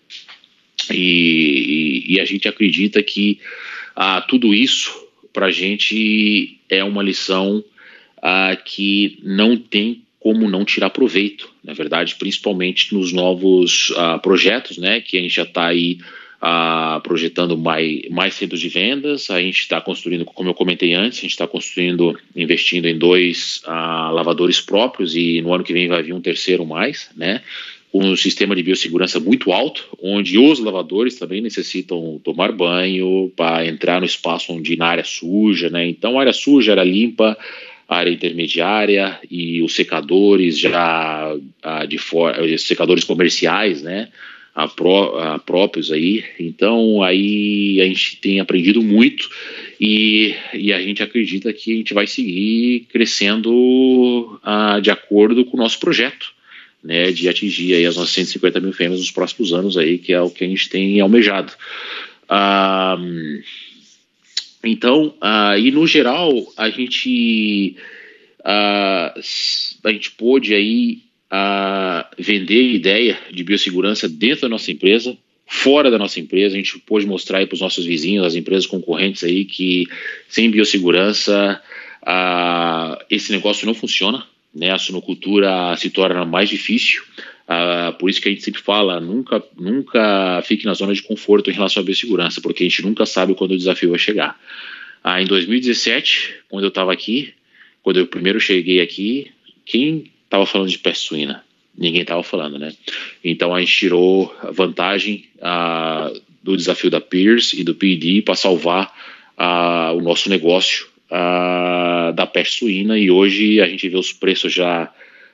e, e a gente acredita que ah, tudo isso para a gente é uma lição ah, que não tem como não tirar proveito, na verdade, principalmente nos novos ah, projetos, né, que a gente já está aí Uh, projetando mais, mais centros de vendas. A gente está construindo, como eu comentei antes, a gente está construindo, investindo em dois uh, lavadores próprios e no ano que vem vai vir um terceiro mais, né, com um sistema de biossegurança muito alto, onde os lavadores também necessitam tomar banho para entrar no espaço onde na área suja, né, então a área suja, área limpa, a área intermediária e os secadores já uh, de fora, os secadores comerciais, né, A pró, a próprios aí. Então aí a gente tem aprendido muito e, e a gente acredita que a gente vai seguir crescendo uh, de acordo com o nosso projeto, né, de atingir aí as nossas cento e cinquenta mil fêmeas nos próximos anos aí, que é o que a gente tem almejado. Uh, então, uh, e no geral a gente uh, a gente pôde aí a vender ideia de biossegurança dentro da nossa empresa, fora da nossa empresa. A gente pôde mostrar aí para os nossos vizinhos, as empresas concorrentes aí, que sem biossegurança ah, esse negócio não funciona, né? A suinocultura se torna mais difícil, ah, por isso que a gente sempre fala, nunca, nunca fique na zona de conforto em relação à biossegurança, porque a gente nunca sabe quando o desafio vai chegar. Ah, em dois mil e dezessete, quando eu estava aqui, quando eu primeiro cheguei aqui, quem estava falando de peste suína? Ninguém estava falando, né? Então a gente tirou a vantagem uh, do desafio da Pierce e do P E D para salvar uh, o nosso negócio uh, da peste suína, e hoje a gente vê os preços já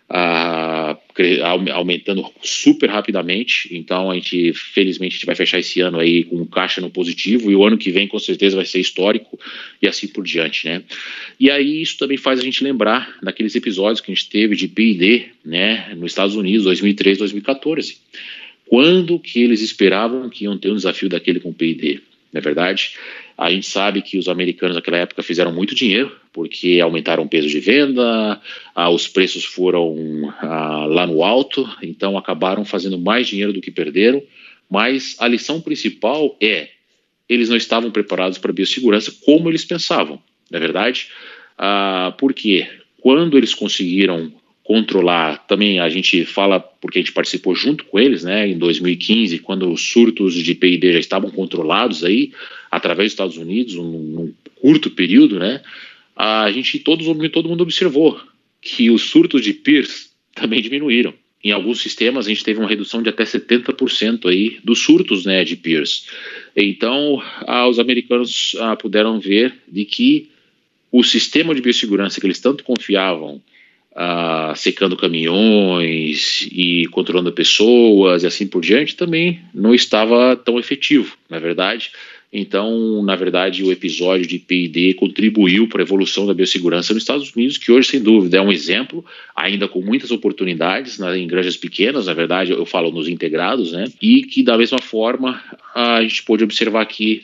uh, aumentando super rapidamente. Então a gente, felizmente, a gente vai fechar esse ano aí com caixa no positivo, e o ano que vem com certeza vai ser histórico e assim por diante, né? E aí isso também faz a gente lembrar daqueles episódios que a gente teve de P I D, né, nos Estados Unidos, dois mil e treze, dois mil e quatorze. Quando que eles esperavam que iam ter um desafio daquele com P I D? Não é verdade? A gente sabe que os americanos naquela época fizeram muito dinheiro, porque aumentaram o peso de venda, ah, os preços foram ah, lá no alto, então acabaram fazendo mais dinheiro do que perderam. Mas a lição principal é, eles não estavam preparados para a biossegurança como eles pensavam, não é verdade? Ah, por quê? Quando eles conseguiram controlar, também a gente fala porque a gente participou junto com eles, né, em dois mil e quinze, quando os surtos de P I D já estavam controlados aí, através dos Estados Unidos, num, num curto período, né, a gente, todo, todo mundo observou que os surtos de Pierce também diminuíram. Em alguns sistemas a gente teve uma redução de até setenta por cento aí dos surtos, né, de Pierce. Então, ah, os americanos ah, puderam ver de que o sistema de biossegurança que eles tanto confiavam, Uh, secando caminhões e controlando pessoas e assim por diante, também não estava tão efetivo, na verdade. Então, na verdade, o episódio de P I D contribuiu para a evolução da biossegurança nos Estados Unidos, que hoje, sem dúvida, é um exemplo, ainda com muitas oportunidades, né, em granjas pequenas, na verdade, eu falo nos integrados, né, e que, da mesma forma, a gente pôde observar aqui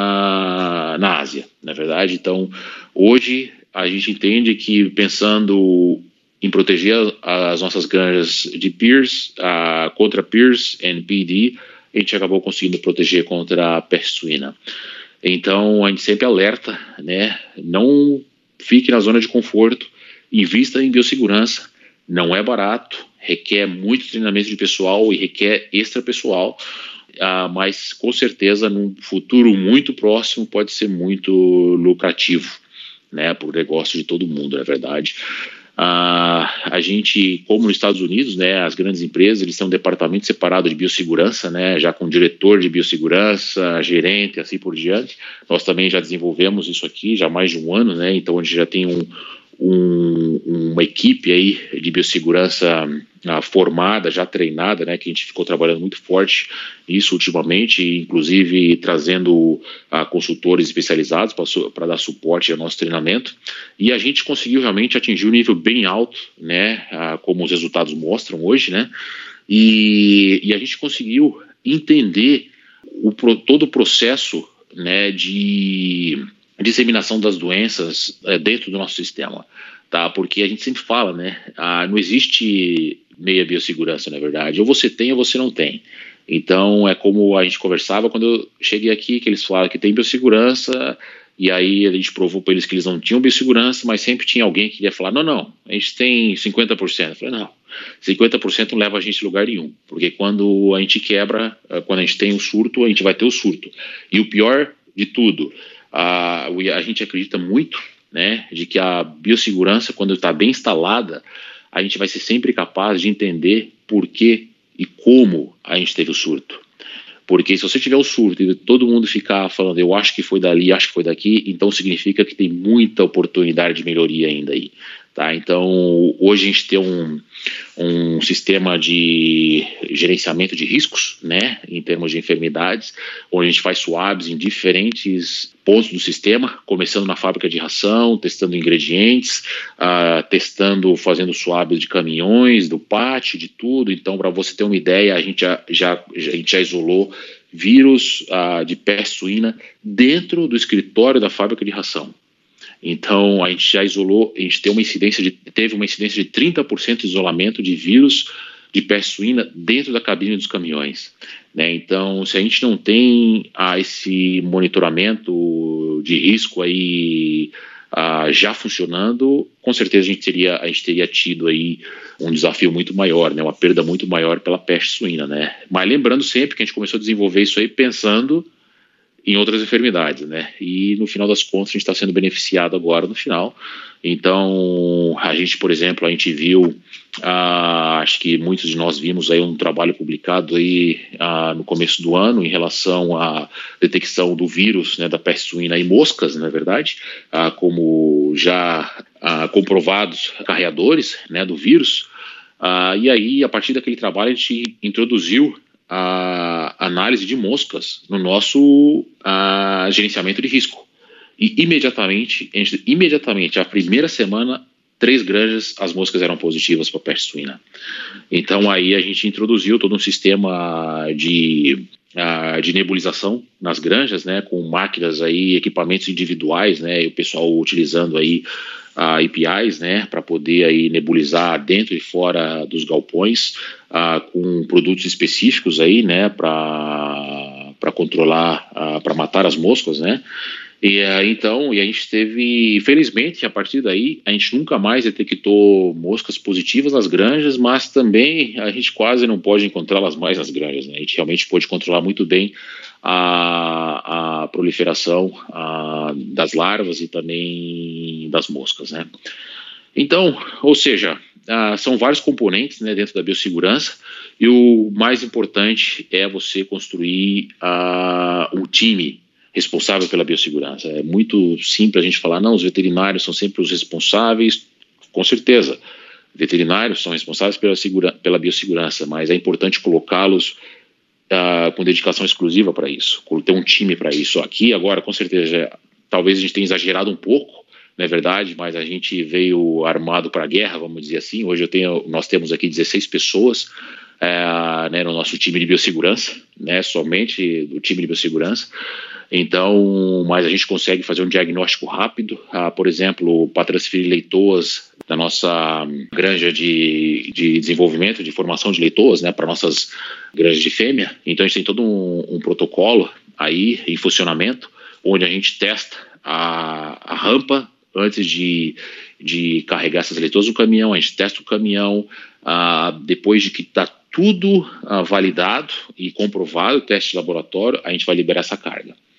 uh, na Ásia, na verdade. Então, hoje, a gente entende que, pensando em proteger as nossas granjas de Pierce, uh, contra Pierce e P I D, a gente acabou conseguindo proteger contra a peste suína. Então, a gente sempre alerta, né? Não fique na zona de conforto, invista em biossegurança, não é barato, requer muito treinamento de pessoal e requer extra pessoal, uh, mas com certeza, num futuro muito próximo, pode ser muito lucrativo, né? Para o negócio de todo mundo, na verdade. Uh, a gente, como nos Estados Unidos, né, as grandes empresas, eles têm um departamento separado de biossegurança, né, já com diretor de biossegurança, gerente, assim por diante. Nós também já desenvolvemos isso aqui já há mais de um ano, né, então a gente já tem um, um, uma equipe aí de biossegurança uh, formada, já treinada, né, que a gente ficou trabalhando muito forte nisso ultimamente, inclusive trazendo uh, consultores especializados para dar suporte ao nosso treinamento, e a gente conseguiu realmente atingir um nível bem alto, né, uh, como os resultados mostram hoje, né, e, e a gente conseguiu entender o, todo o processo, né, de disseminação das doenças é, dentro do nosso sistema, tá? Porque a gente sempre fala, né, ah, não existe meia biossegurança, na verdade, ou você tem ou você não tem. Então é como a gente conversava quando eu cheguei aqui, que eles falaram que tem biossegurança, e aí a gente provou para eles que eles não tinham biossegurança, mas sempre tinha alguém que ia falar, não, não, a gente tem cinquenta por cento. Eu falei, não, cinquenta por cento não leva a gente a lugar nenhum, porque quando a gente quebra, quando a gente tem o surto, a gente vai ter o surto. E o pior de tudo, a, a gente acredita muito, né, de que a biossegurança, quando está bem instalada, a gente vai ser sempre capaz de entender por que e como a gente teve o surto. Porque se você tiver o surto e todo mundo ficar falando, eu acho que foi dali, acho que foi daqui, então significa que tem muita oportunidade de melhoria ainda aí. Tá? Então, hoje a gente tem um, um sistema de gerenciamento de riscos, né, em termos de enfermidades, onde a gente faz swabs em diferentes pontos do sistema, começando na fábrica de ração, testando ingredientes, uh, testando, fazendo swabs de caminhões, do pátio, de tudo. Então, para você ter uma ideia, a gente já, já, a gente já isolou vírus uh, de peste suína dentro do escritório da fábrica de ração. Então, a gente já isolou, a gente tem uma incidência de, teve uma incidência de trinta por cento de isolamento de vírus de peste suína dentro da cabine dos caminhões. Né? Então, se a gente não tem ah, esse monitoramento de risco aí ah, já funcionando, com certeza a gente teria, a gente teria tido aí um desafio muito maior, né? Uma perda muito maior pela peste suína. Né? Mas lembrando sempre que a gente começou a desenvolver isso aí pensando em outras enfermidades, né? E no final das contas a gente está sendo beneficiado agora no final. Então a gente, por exemplo, a gente viu, ah, acho que muitos de nós vimos aí um trabalho publicado aí ah, no começo do ano em relação à detecção do vírus, né, da peste suína em moscas, não é verdade? Ah, como já ah, comprovados carreadores, né, do vírus. Ah, e aí a partir daquele trabalho a gente introduziu a análise de moscas no nosso a, gerenciamento de risco. E imediatamente, imediatamente, a primeira semana, três granjas, as moscas eram positivas para peste suína. Então aí a gente introduziu todo um sistema de, a, de nebulização nas granjas, né, com máquinas aí, equipamentos individuais, né, e o pessoal utilizando aí a A P Is, né, para poder aí nebulizar dentro e fora dos galpões, uh, com produtos específicos aí, né, para para controlar, uh, para matar as moscas, né. E uh, então, e a gente teve, infelizmente, a partir daí, a gente nunca mais detectou moscas positivas nas granjas, mas também a gente quase não pode encontrá-las mais nas granjas, né. A gente realmente pôde controlar muito bem a, a proliferação a, das larvas e também das moscas, né. Então, ou seja, a, são vários componentes, né, dentro da biossegurança, e o mais importante é você construir a, um time responsável pela biossegurança. É muito simples a gente falar, não, os veterinários são sempre os responsáveis, com certeza, veterinários são responsáveis pela, segura, pela biossegurança, mas é importante colocá-los Uh, com dedicação exclusiva para isso, ter um time para isso. Aqui agora, com certeza, já, talvez a gente tenha exagerado um pouco, não é verdade, mas a gente veio armado para a guerra, vamos dizer assim. Hoje eu tenho, nós temos aqui dezesseis pessoas uh, né, no nosso time de biossegurança, né, somente do time de biossegurança. Então, mas a gente consegue fazer um diagnóstico rápido, uh, por exemplo, para transferir leitoas da nossa granja de, de desenvolvimento, de formação de leitoas, né, para nossas granjas de fêmea. Então a gente tem todo um, um protocolo aí em funcionamento, onde a gente testa a, a rampa antes de, de carregar essas leitoas no caminhão, a gente testa o caminhão, uh, depois de que está tudo uh, validado e comprovado, o teste de laboratório, a gente vai liberar essa carga.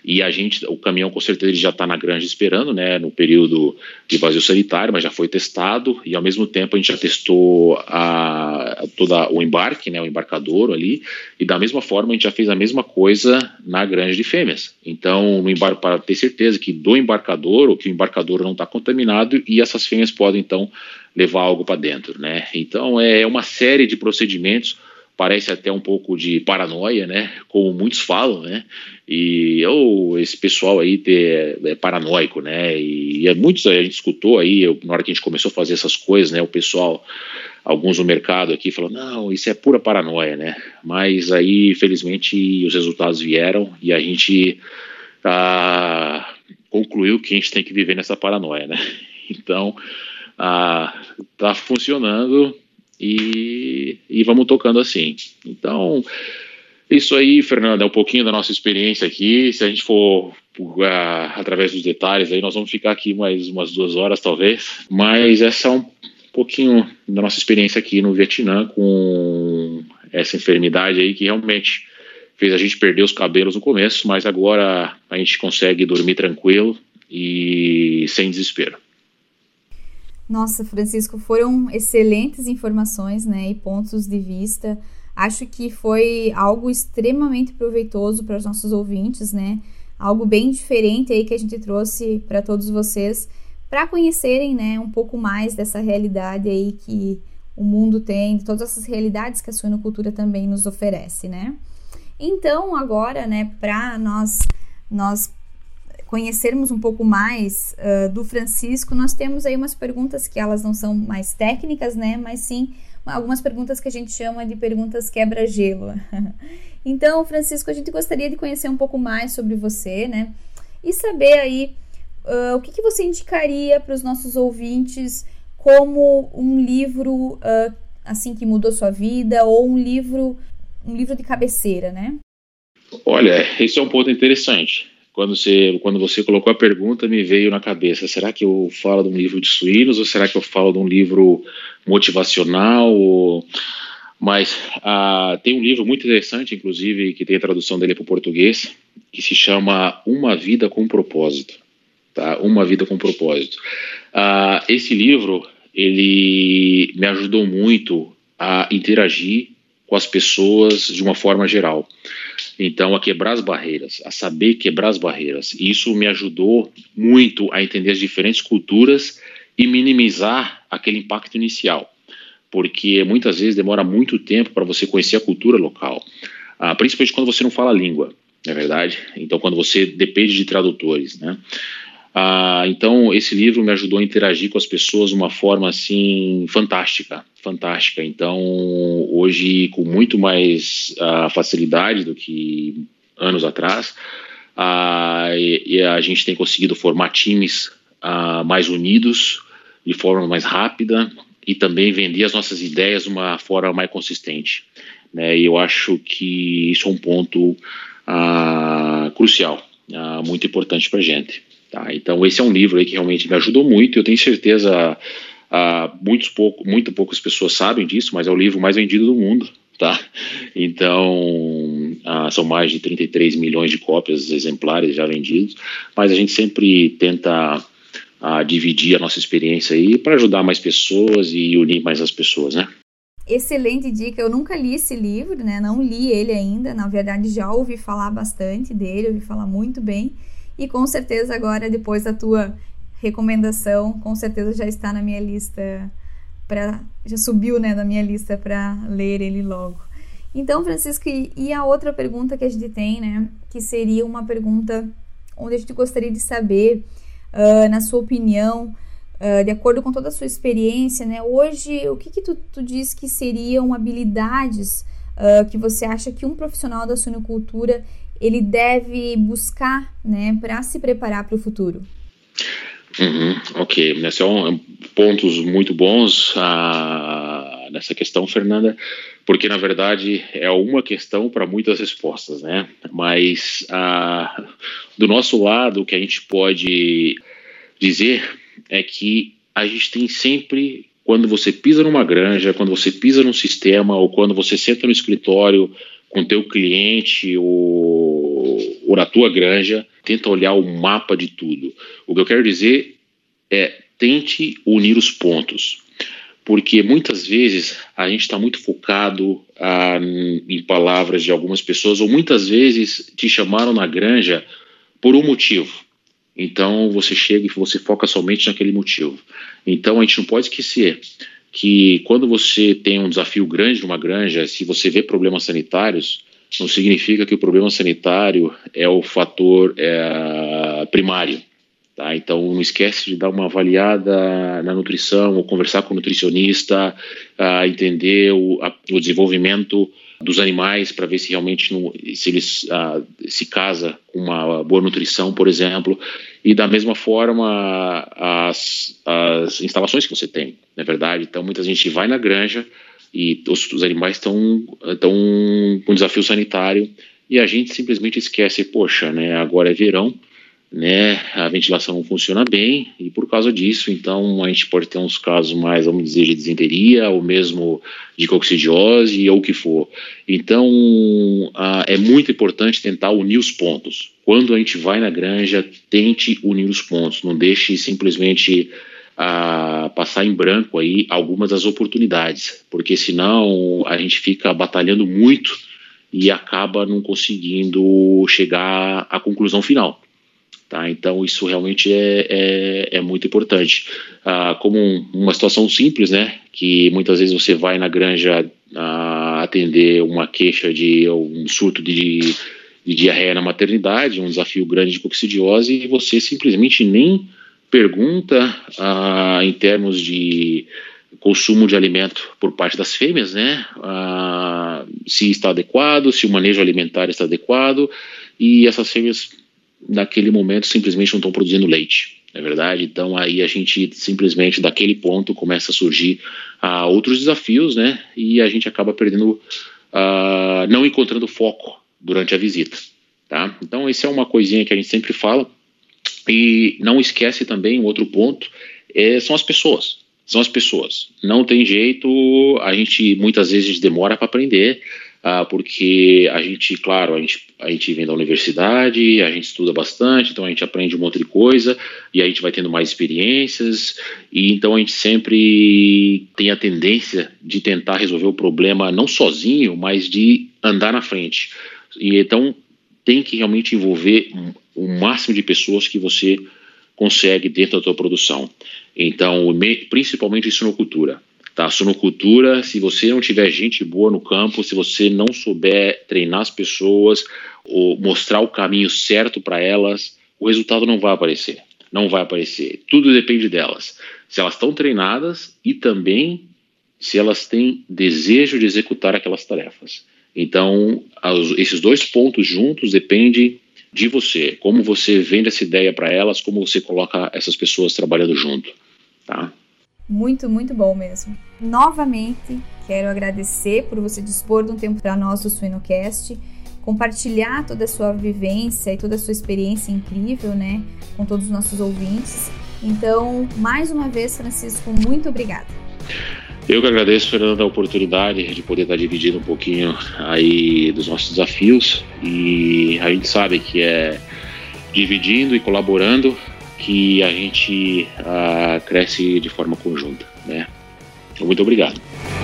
e a gente, o caminhão com certeza ele já está na granja esperando, né, no período de vazio sanitário, mas já foi testado, e ao mesmo tempo a gente já testou a, toda o embarque, né, o embarcadouro ali, e da mesma forma a gente já fez a mesma coisa na granja de fêmeas. Então, no embar- para ter certeza que do embarcadouro, que o embarcadouro não está contaminado e essas fêmeas podem então levar algo para dentro, né? Então é uma série de procedimentos, parece até um pouco de paranoia, né? Como muitos falam, né? E ou esse pessoal aí ter, é paranoico, né? E, e muitos a gente escutou aí, eu, na hora que a gente começou a fazer essas coisas, né? O pessoal, alguns no mercado aqui falou, não, isso é pura paranoia, né? Mas aí, felizmente, os resultados vieram e a gente ah, concluiu que a gente tem que viver nessa paranoia, né? Então, ah, tá funcionando e, e vamos tocando assim. Então, isso aí, Fernanda, é um pouquinho da nossa experiência aqui. Se a gente for uh, através dos detalhes aí, nós vamos ficar aqui mais umas duas horas talvez, mas essa é um pouquinho da nossa experiência aqui no Vietnã com essa enfermidade aí que realmente fez a gente perder os cabelos no começo, mas agora a gente consegue dormir tranquilo e sem desespero. Nossa, Francisco, foram excelentes informações, né, e pontos de vista. Acho que foi algo extremamente proveitoso para os nossos ouvintes, né? Algo bem diferente aí que a gente trouxe para todos vocês, para conhecerem, né, um pouco mais dessa realidade aí que o mundo tem, de todas essas realidades que a suinocultura também nos oferece, né? Então, agora, né, para nós, nós conhecermos um pouco mais uh, do Francisco, nós temos aí umas perguntas que elas não são mais técnicas, né, mas sim algumas perguntas que a gente chama de perguntas quebra-gelo. Então, Francisco, a gente gostaria de conhecer um pouco mais sobre você, né, e saber aí uh, o que, que você indicaria para os nossos ouvintes como um livro, uh, assim, que mudou sua vida, ou um livro, um livro de cabeceira, né? Olha, esse é um ponto interessante. Quando você, quando você colocou a pergunta, me veio na cabeça, será que eu falo de um livro de suínos ou será que eu falo de um livro motivacional? Ou... Mas ah, tem um livro muito interessante, inclusive, que tem a tradução dele para o português, que se chama Uma Vida com Propósito. Tá? Uma Vida com Propósito. Ah, esse livro, ele me ajudou muito a interagir com as pessoas de uma forma geral. Então, a quebrar as barreiras, a saber quebrar as barreiras. E isso me ajudou muito a entender as diferentes culturas e minimizar aquele impacto inicial. Porque muitas vezes demora muito tempo para você conhecer a cultura local. Ah, principalmente quando você não fala a língua, não é verdade? Então, quando você depende de tradutores, né? Ah, então, esse livro me ajudou a interagir com as pessoas de uma forma, assim, fantástica, fantástica. Então, hoje, com muito mais ah, facilidade do que anos atrás, ah, e, e a gente tem conseguido formar times ah, mais unidos, de forma mais rápida, e também vender as nossas ideias de uma forma mais consistente, né? E eu acho que isso é um ponto ah, crucial, ah, muito importante para a gente. Tá, então esse é um livro aí que realmente me ajudou muito. Eu tenho certeza, uh, muitos pouco, muito poucas pessoas sabem disso, mas é o livro mais vendido do mundo, tá? Então uh, são mais de trinta e três milhões de cópias exemplares já vendidos, mas a gente sempre tenta uh, dividir a nossa experiência aí para ajudar mais pessoas e unir mais as pessoas, né? Excelente dica. Eu nunca li esse livro, né? Não li ele ainda, na verdade já ouvi falar bastante dele, ouvi falar muito bem. E com certeza agora, depois da tua recomendação, com certeza já está na minha lista, pra, já subiu, né, na minha lista para ler ele logo. Então, Francisco, e a outra pergunta que a gente tem, né, que seria uma pergunta onde a gente gostaria de saber, uh, na sua opinião, uh, de acordo com toda a sua experiência, né, hoje, o que que tu, tu diz que seriam habilidades uh, que você acha que um profissional da suinocultura ele deve buscar, né, para se preparar para o futuro? Uhum, ok, são pontos muito bons ah, nessa questão, Fernanda, porque na verdade é uma questão para muitas respostas, né? Mas ah, do nosso lado, o que a gente pode dizer é que a gente tem sempre, quando você pisa numa granja, quando você pisa num sistema, ou quando você senta no escritório com teu cliente ou, ou na tua granja, tenta olhar o mapa de tudo. O que eu quero dizer é, tente unir os pontos. Porque muitas vezes a gente está muito focado ah, em palavras de algumas pessoas, ou muitas vezes te chamaram na granja por um motivo. Então você chega e você foca somente naquele motivo. Então a gente não pode esquecer que quando você tem um desafio grande numa granja, se você vê problemas sanitários, não significa que o problema sanitário é o fator é, primário. Tá? Então não esquece de dar uma avaliada na nutrição, ou conversar com o nutricionista, uh, entender o, a, o desenvolvimento dos animais para ver se realmente não, se eles uh, se casa com uma boa nutrição, por exemplo, e da mesma forma as, as instalações que você tem, não é verdade? Então muita gente vai na granja e os, os animais estão estão com desafio sanitário e a gente simplesmente esquece, poxa, né, agora é verão, né, a ventilação não funciona bem e por causa disso, então a gente pode ter uns casos mais, vamos dizer, de disenteria ou mesmo de coccidiose ou o que for. Então uh, é muito importante tentar unir os pontos. Quando a gente vai na granja, tente unir os pontos, não deixe simplesmente uh, passar em branco aí algumas das oportunidades, porque senão a gente fica batalhando muito e acaba não conseguindo chegar à conclusão final. Tá, então isso realmente é, é, é muito importante. Ah, como um, uma situação simples, né, que muitas vezes você vai na granja ah, atender uma queixa de um surto de, de diarreia na maternidade, um desafio grande de coccidiose, e você simplesmente nem pergunta ah, em termos de consumo de alimento por parte das fêmeas, né, ah, se está adequado, se o manejo alimentar está adequado, e essas fêmeas naquele momento simplesmente não estão produzindo leite, não é verdade? Então aí a gente simplesmente daquele ponto começa a surgir uh, outros desafios, né? E a gente acaba perdendo, uh, não encontrando foco durante a visita, tá? Então essa é uma coisinha que a gente sempre fala. E não esquece também um outro ponto, é, são as pessoas. São as pessoas. Não tem jeito, a gente muitas vezes demora para aprender. Ah, porque a gente, claro, a gente, a gente vem da universidade, a gente estuda bastante, então a gente aprende um monte de coisa e a gente vai tendo mais experiências e então a gente sempre tem a tendência de tentar resolver o problema não sozinho, mas de andar na frente. E então tem que realmente envolver o máximo de pessoas que você consegue dentro da tua produção. Então, principalmente em suinocultura. Tá, suinocultura, se você não tiver gente boa no campo, se você não souber treinar as pessoas ou mostrar o caminho certo para elas, o resultado não vai aparecer, não vai aparecer. Tudo depende delas. Se elas estão treinadas e também se elas têm desejo de executar aquelas tarefas. Então, esses dois pontos juntos dependem de você, como você vende essa ideia para elas, como você coloca essas pessoas trabalhando junto, tá? Muito, muito bom mesmo. Novamente, quero agradecer por você dispor de um tempo para nós do Suinocast, compartilhar toda a sua vivência e toda a sua experiência incrível, né, com todos os nossos ouvintes. Então, mais uma vez, Francisco, muito obrigada. Eu que agradeço, Fernanda, a oportunidade de poder estar dividindo um pouquinho aí dos nossos desafios, e a gente sabe que é dividindo e colaborando que a gente uh, cresce de forma conjunta, né? Muito obrigado.